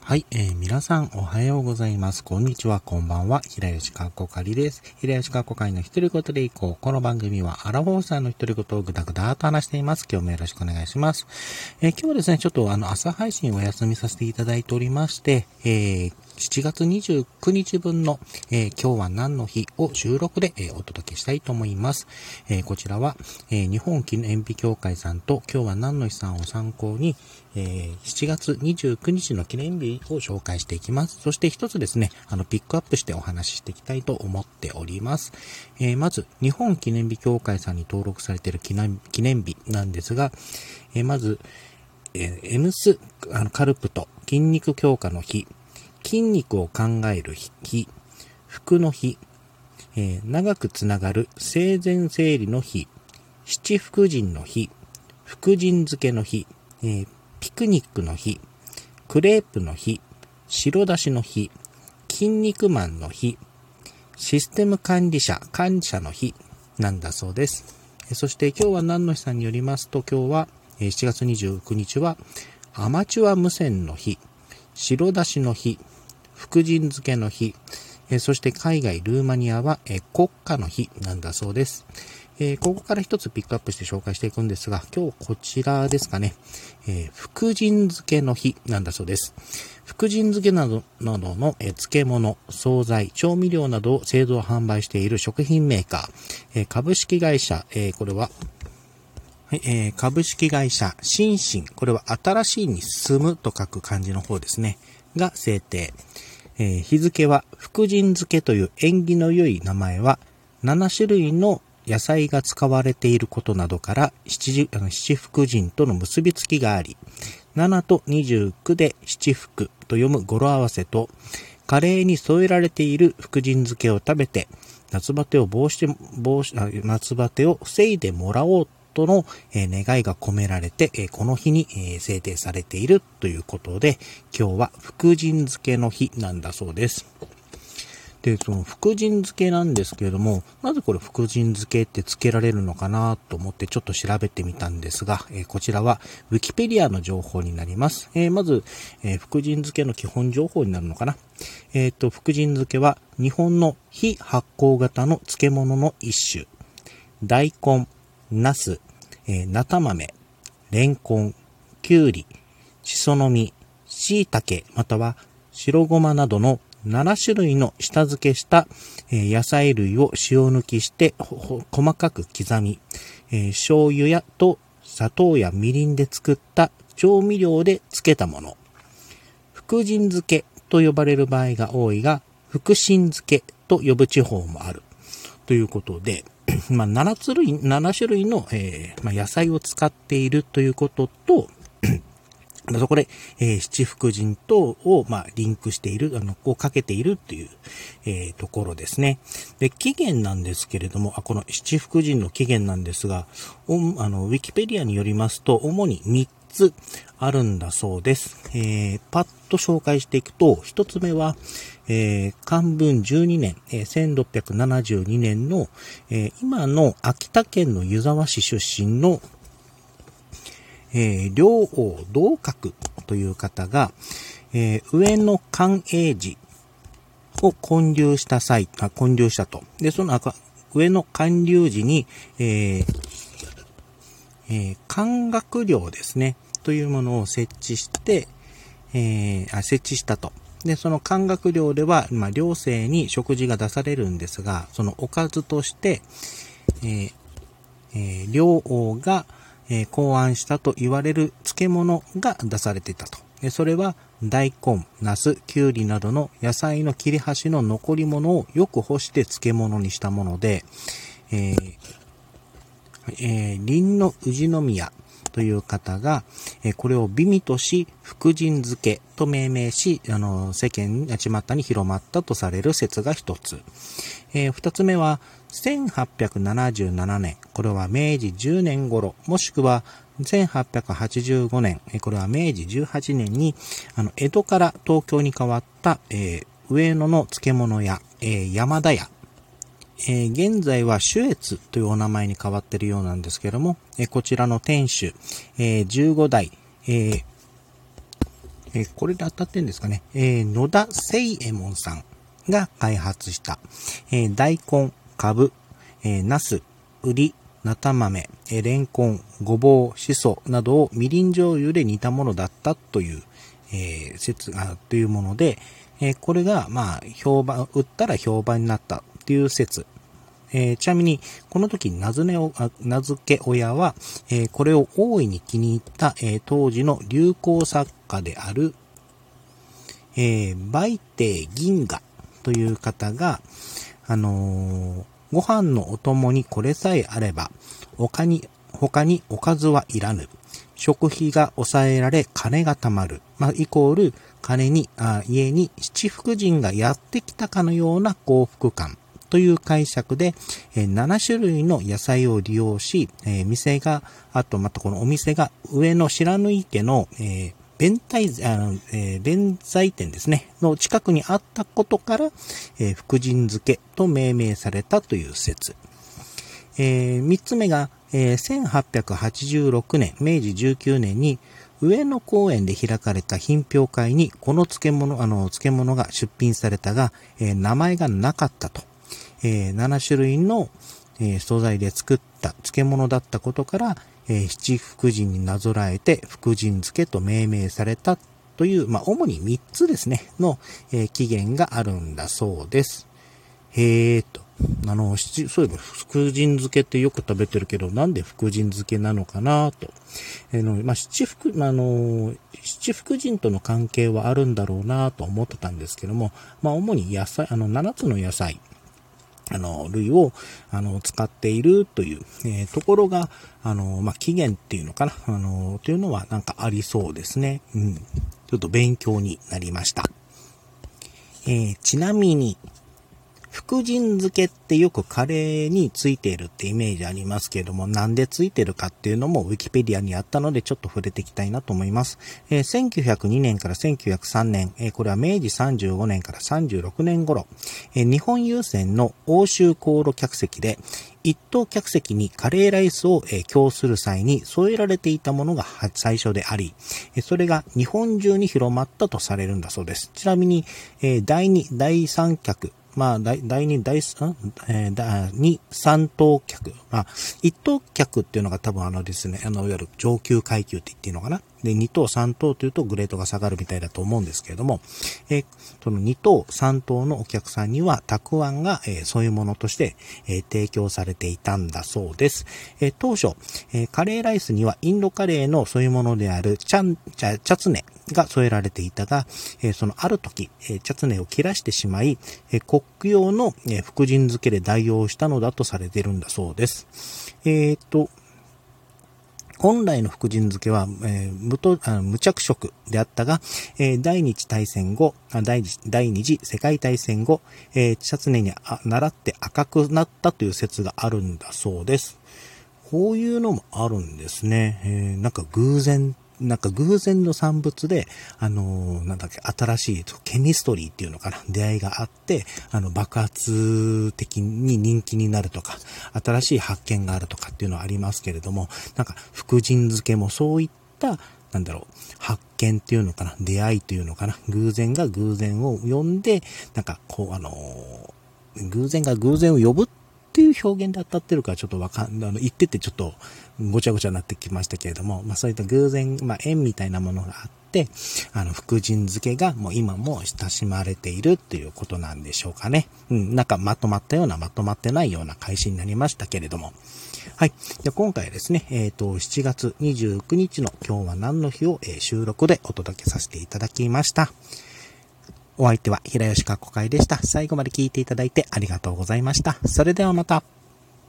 はい、皆さんおはようございます。こんにちは、こんばんは。平吉かっこかりです。平吉かっこかりの一人言でいこう。この番組はアラフォーさんの一人言をぐだぐだと話しています。今日もよろしくお願いします。今日はですね、ちょっと朝配信をお休みさせていただいておりまして、7月29日分の、今日は何の日を収録で、お届けしたいと思います。こちらは、日本記念日協会さんと今日は何の日さんを参考に、7月29日の記念日を紹介していきます。そして一つですね、ピックアップしてお話ししていきたいと思っております。まず、日本記念日協会さんに登録されている記念日なんですが、まず、カルプト、筋肉強化の日、筋肉を考える日、服の日、長くつながる生前整理の日、七福神の日、福神漬けの日、ピクニックの日、クレープの日、白だしの日、筋肉マンの日、システム管理者、感謝の日なんだそうです。そして今日は何の日さんによりますと、今日は7月29日はアマチュア無線の日、白だしの日、福神漬けの日、そして海外ルーマニアは国家の日なんだそうです。ここから一つピックアップして紹介していくんですが、今日こちらですかね、福神漬けの日なんだそうです。福神漬けなどの漬物、惣菜、調味料などを製造販売している食品メーカー、株式会社、これは、株式会社心身、これは新しいに住むと書く漢字の方ですね、が制定。日付は福神漬けという縁起の良い名前は7種類の野菜が使われていることなどから七福神との結びつきがあり、7と29で七福と読む語呂合わせと、カレーに添えられている福神漬けを食べて夏バテを防いでもらおうとの願いが込められて、この日に制定されているということで、今日は福神漬けの日なんだそうです。で、その福神漬けなんですけれども、なぜこれ福神漬けって付けられるのかなと思ってちょっと調べてみたんですが、こちらはウィキペディアの情報になります。まず、福神漬けの基本情報になるのかな。福神漬けは日本の非発酵型の漬物の一種。大根、ナス、菜豆、レンコン、キュウリ、シソの実、椎茸、または白ごまなどの7種類の下漬けした野菜類を塩抜きして細かく刻み、醤油と砂糖やみりんで作った調味料で漬けたもの。福神漬けと呼ばれる場合が多いが、福神漬けと呼ぶ地方もある。ということで、7種類の、野菜を使っているということと、そこで、七福神とを、リンクしている、かけているっていう、ところですね。で、起源なんですけれども、この七福神の起源なんですが、ウィキペディアによりますと、主に3つあるんだそうです。パッと紹介していくと、1つ目は、漢文12年、1672年の、今の秋田県の湯沢市出身の両王道覚という方が、上野寛永寺を建立したと。で、その上野寛隆寺に、漢学寮ですね、というものを設置したと。で、その漢学寮では、寮生に食事が出されるんですが、そのおかずとして、両王が、考案したと言われる漬物が出されていたと。それは大根、ナス、キュウリなどの野菜の切れ端の残り物をよく干して漬物にしたもので、林の氏宮という方が、これを美味とし福神漬けと命名し、世間巷に広まったとされる説が一つ。二つ目は1877年、これは明治10年頃、もしくは1885年、これは明治18年に江戸から東京に変わった、上野の漬物屋、山田屋、現在は朱越というお名前に変わっているようなんですけれども、こちらの店主、15代、 これで当たってんですかね。野田誠右衛門さんが開発した、大根、かぶ、ナス、ウリ、菜玉豆、レンコン、ごぼう、しそなどをみりん醤油で煮たものだったという、説がというもので、これが売ったら評判になったっていう説。ちなみにこの時名付け親は、これを大いに気に入った、当時の流行作家である、梅亭銀河という方が、ご飯のお供にこれさえあれば、他におかずはいらぬ。食費が抑えられ金が貯まる。イコール家に七福神がやってきたかのような幸福感という解釈で、7種類の野菜を利用し、このお店が上野白縫家の、弁財天ですね、の近くにあったことから、福神漬けと命名されたという説。3つ目が、1886年、明治19年に上野公園で開かれた品評会にこの漬物が出品されたが、名前がなかったと。7種類の、素材で作った漬物だったことから、七福神になぞらえて福神漬けと命名されたという、主に3つですね、の、起源があるんだそうです。そういえば福神漬けってよく食べてるけど、なんで福神漬けなのかなと。七福神との関係はあるんだろうなと思ってたんですけども、主に野菜、7つの野菜、類を、使っているという、ところが、起源っていうのかな、というのはなんかありそうですね。ちょっと勉強になりました。ちなみに、福神漬けってよくカレーについているってイメージありますけれども、なんでついてるかっていうのもウィキペディアにあったのでちょっと触れていきたいなと思います。1902年から1903年、これは明治35年から36年頃、日本郵船の欧州航路客席で、一等客席にカレーライスを供する際に添えられていたものが最初であり、それが日本中に広まったとされるんだそうです。ちなみに、第2、第3客、第2、第3等客。1等客っていうのが多分ですね、いわゆる上級階級って言っていいのかな。で、2等、3等というとグレードが下がるみたいだと思うんですけれども、その2等、3等のお客さんには、たくあんが、そういうものとして、提供されていたんだそうです。当初、カレーライスにはインドカレーのそういうものであるチャツネが添えられていたが、そのある時、チャツネを切らしてしまい、コック用の、福神漬けで代用したのだとされているんだそうです。本来の福神漬けは、無着色であったが、第二次世界大戦後、チャツネに倣って赤くなったという説があるんだそうです。こういうのもあるんですね。偶然の産物で、新しいケミストリーっていうのかな、出会いがあって、爆発的に人気になるとか、新しい発見があるとかっていうのはありますけれども、福神漬けもそういった、発見っていうのかな、出会いというのかな、偶然が偶然を呼んで、偶然が偶然を呼ぶっていう表現で当たってるからちょっと言っててちょっとごちゃごちゃになってきましたけれども、そういった偶然、縁みたいなものがあって、福神漬けがもう今も親しまれているっていうことなんでしょうかね。まとまったような、まとまってないような開始になりましたけれども。はい。で今回はですね、7月29日の今日は何の日を、収録でお届けさせていただきました。お相手は平吉かっこかいでした。最後まで聞いていただいてありがとうございました。それではまた。